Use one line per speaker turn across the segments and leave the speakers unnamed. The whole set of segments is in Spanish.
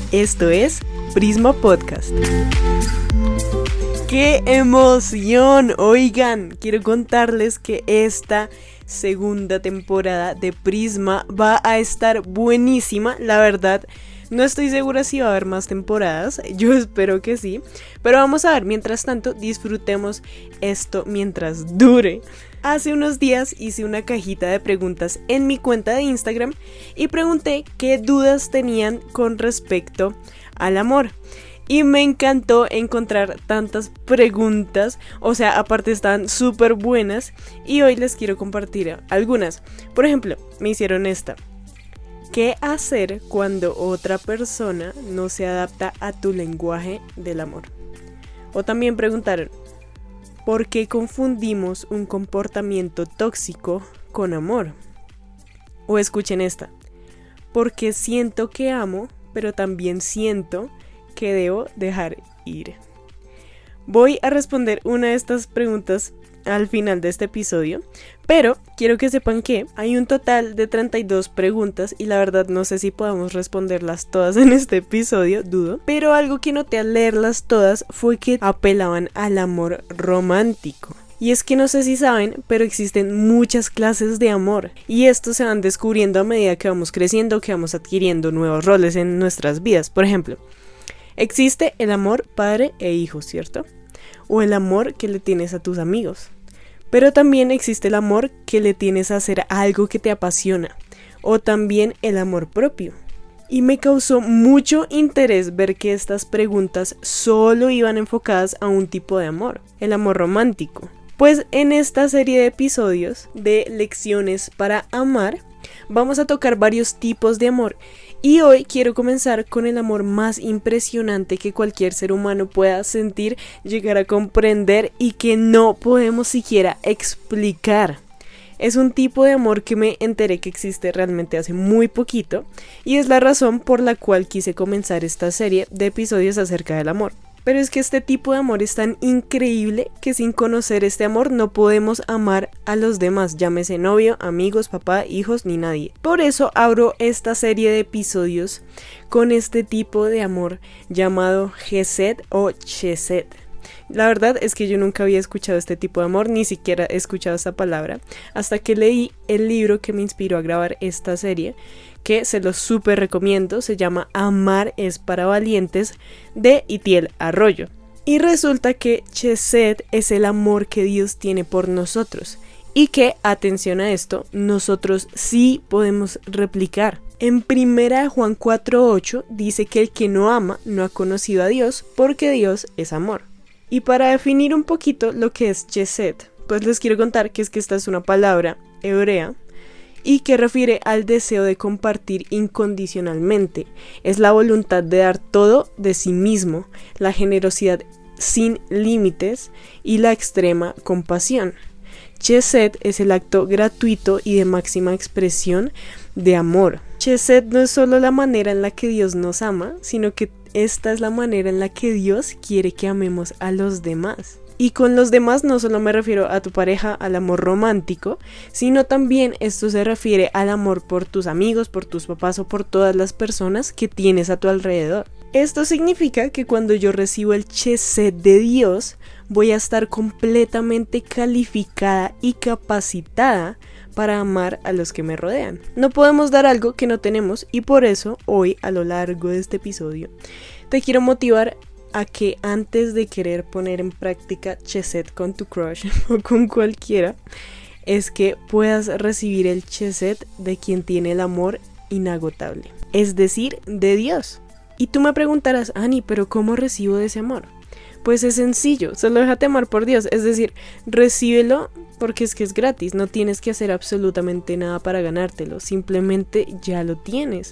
Esto es Prisma Podcast. ¡Qué emoción! Oigan, quiero contarles que esta segunda temporada de Prisma va a estar buenísima. La verdad, no estoy segura si va a haber más temporadas, yo espero que sí, pero vamos a ver, mientras tanto disfrutemos esto mientras dure. Hace unos días hice una cajita de preguntas en mi cuenta de Instagram y pregunté qué dudas tenían con respecto al amor. Y me encantó encontrar tantas preguntas, o sea, aparte están súper buenas y hoy les quiero compartir algunas. Por ejemplo, me hicieron esta. ¿Qué hacer cuando otra persona no se adapta a tu lenguaje del amor? O también preguntaron, ¿por qué confundimos un comportamiento tóxico con amor? O escuchen esta, porque siento que amo, pero también siento que debo dejar ir. Voy a responder una de estas preguntas al final de este episodio, pero quiero que sepan que hay un total de 32 preguntas y la verdad no sé si podamos responderlas todas en este episodio, dudo, pero algo que noté al leerlas todas fue que apelaban al amor romántico. Y es que no sé si saben, pero existen muchas clases de amor y estos se van descubriendo a medida que vamos creciendo, que vamos adquiriendo nuevos roles en nuestras vidas. Por ejemplo, existe el amor padre e hijo, ¿cierto? O el amor que le tienes a tus amigos. Pero también existe el amor que le tienes a hacer algo que te apasiona. O también el amor propio. Y me causó mucho interés ver que estas preguntas solo iban enfocadas a un tipo de amor, el amor romántico. Pues en esta serie de episodios de Lecciones para Amar, vamos a tocar varios tipos de amor. Y hoy quiero comenzar con el amor más impresionante que cualquier ser humano pueda sentir, llegar a comprender y que no podemos siquiera explicar. Es un tipo de amor que me enteré que existe realmente hace muy poquito y es la razón por la cual quise comenzar esta serie de episodios acerca del amor. Pero es que este tipo de amor es tan increíble que sin conocer este amor no podemos amar a los demás, llámese novio, amigos, papá, hijos, ni nadie. Por eso abro esta serie de episodios con este tipo de amor llamado Chesed o Chesed. La verdad es que yo nunca había escuchado este tipo de amor, ni siquiera he escuchado esta palabra, hasta que leí el libro que me inspiró a grabar esta serie, que se los súper recomiendo, se llama Amar es para valientes, de Itiel Arroyo. Y resulta que Chesed es el amor que Dios tiene por nosotros, y que, atención a esto, nosotros sí podemos replicar. En 1 Juan 4:8 dice que el que no ama no ha conocido a Dios, porque Dios es amor. Y para definir un poquito lo que es Chesed, pues les quiero contar que esta es una palabra hebrea y que refiere al deseo de compartir incondicionalmente. Es la voluntad de dar todo de sí mismo, la generosidad sin límites y la extrema compasión. Chesed es el acto gratuito y de máxima expresión de amor. Chesed no es solo la manera en la que Dios nos ama, sino que esta es la manera en la que Dios quiere que amemos a los demás. Y con los demás no solo me refiero a tu pareja, al amor romántico, sino también esto se refiere al amor por tus amigos, por tus papás o por todas las personas que tienes a tu alrededor. Esto significa que cuando yo recibo el Chesed de Dios, voy a estar completamente calificada y capacitada para amar a los que me rodean. No podemos dar algo que no tenemos y por eso hoy, a lo largo de este episodio, te quiero motivar a que antes de querer poner en práctica Chesed con tu crush o con cualquiera, es que puedas recibir el Chesed de quien tiene el amor inagotable, es decir, de Dios. Y tú me preguntarás, Ani, ¿pero cómo recibo ese amor? Pues es sencillo, solo déjate amar por Dios, es decir, recíbelo porque es que es gratis, no tienes que hacer absolutamente nada para ganártelo, simplemente ya lo tienes.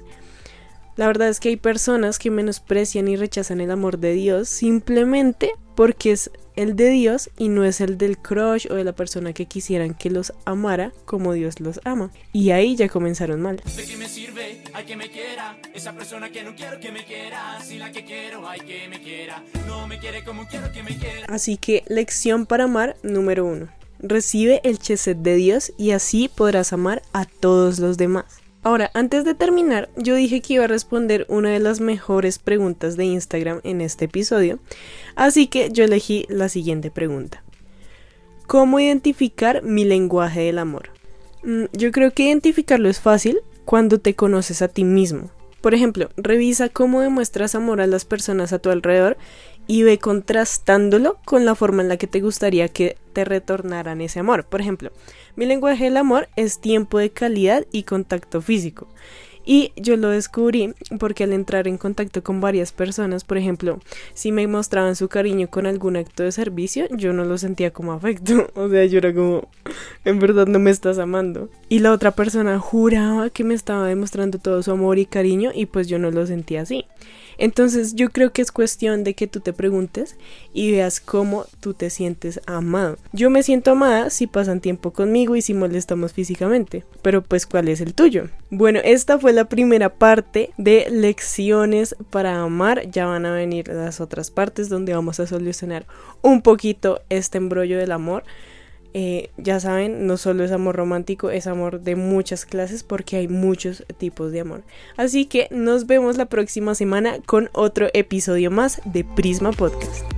La verdad es que hay personas que menosprecian y rechazan el amor de Dios simplemente porque es el de Dios y no es el del crush o de la persona que quisieran que los amara como Dios los ama. Y ahí ya comenzaron mal. ¿De qué me sirve? Hay que me quiera. Esa persona que no quiero que me quiera. Si la que quiero hay que me quiera. No me quiere como quiero que me quiera. Así que lección para amar número 1. Recibe el Chesed de Dios y así podrás amar a todos los demás. Ahora, antes de terminar, yo dije que iba a responder una de las mejores preguntas de Instagram en este episodio, así que yo elegí la siguiente pregunta. ¿Cómo identificar mi lenguaje del amor? Yo creo que identificarlo es fácil cuando te conoces a ti mismo. Por ejemplo, revisa cómo demuestras amor a las personas a tu alrededor y ve contrastándolo con la forma en la que te gustaría que te retornaran ese amor. Por ejemplo, mi lenguaje del amor es tiempo de calidad y contacto físico. Y yo lo descubrí porque al entrar en contacto con varias personas, por ejemplo, si me mostraban su cariño con algún acto de servicio, yo no lo sentía como afecto. O sea, yo era como, en verdad no me estás amando. Y la otra persona juraba que me estaba demostrando todo su amor y cariño y pues yo no lo sentía así. Entonces yo creo que es cuestión de que tú te preguntes y veas cómo tú te sientes amado. Yo me siento amada si pasan tiempo conmigo y si molestamos físicamente, pero pues ¿cuál es el tuyo? Bueno, esta fue la primera parte de lecciones para amar. Ya van a venir las otras partes donde vamos a solucionar un poquito este embrollo del amor. Ya saben, no solo es amor romántico, es amor de muchas clases porque hay muchos tipos de amor. Así que nos vemos la próxima semana con otro episodio más de Prisma Podcast.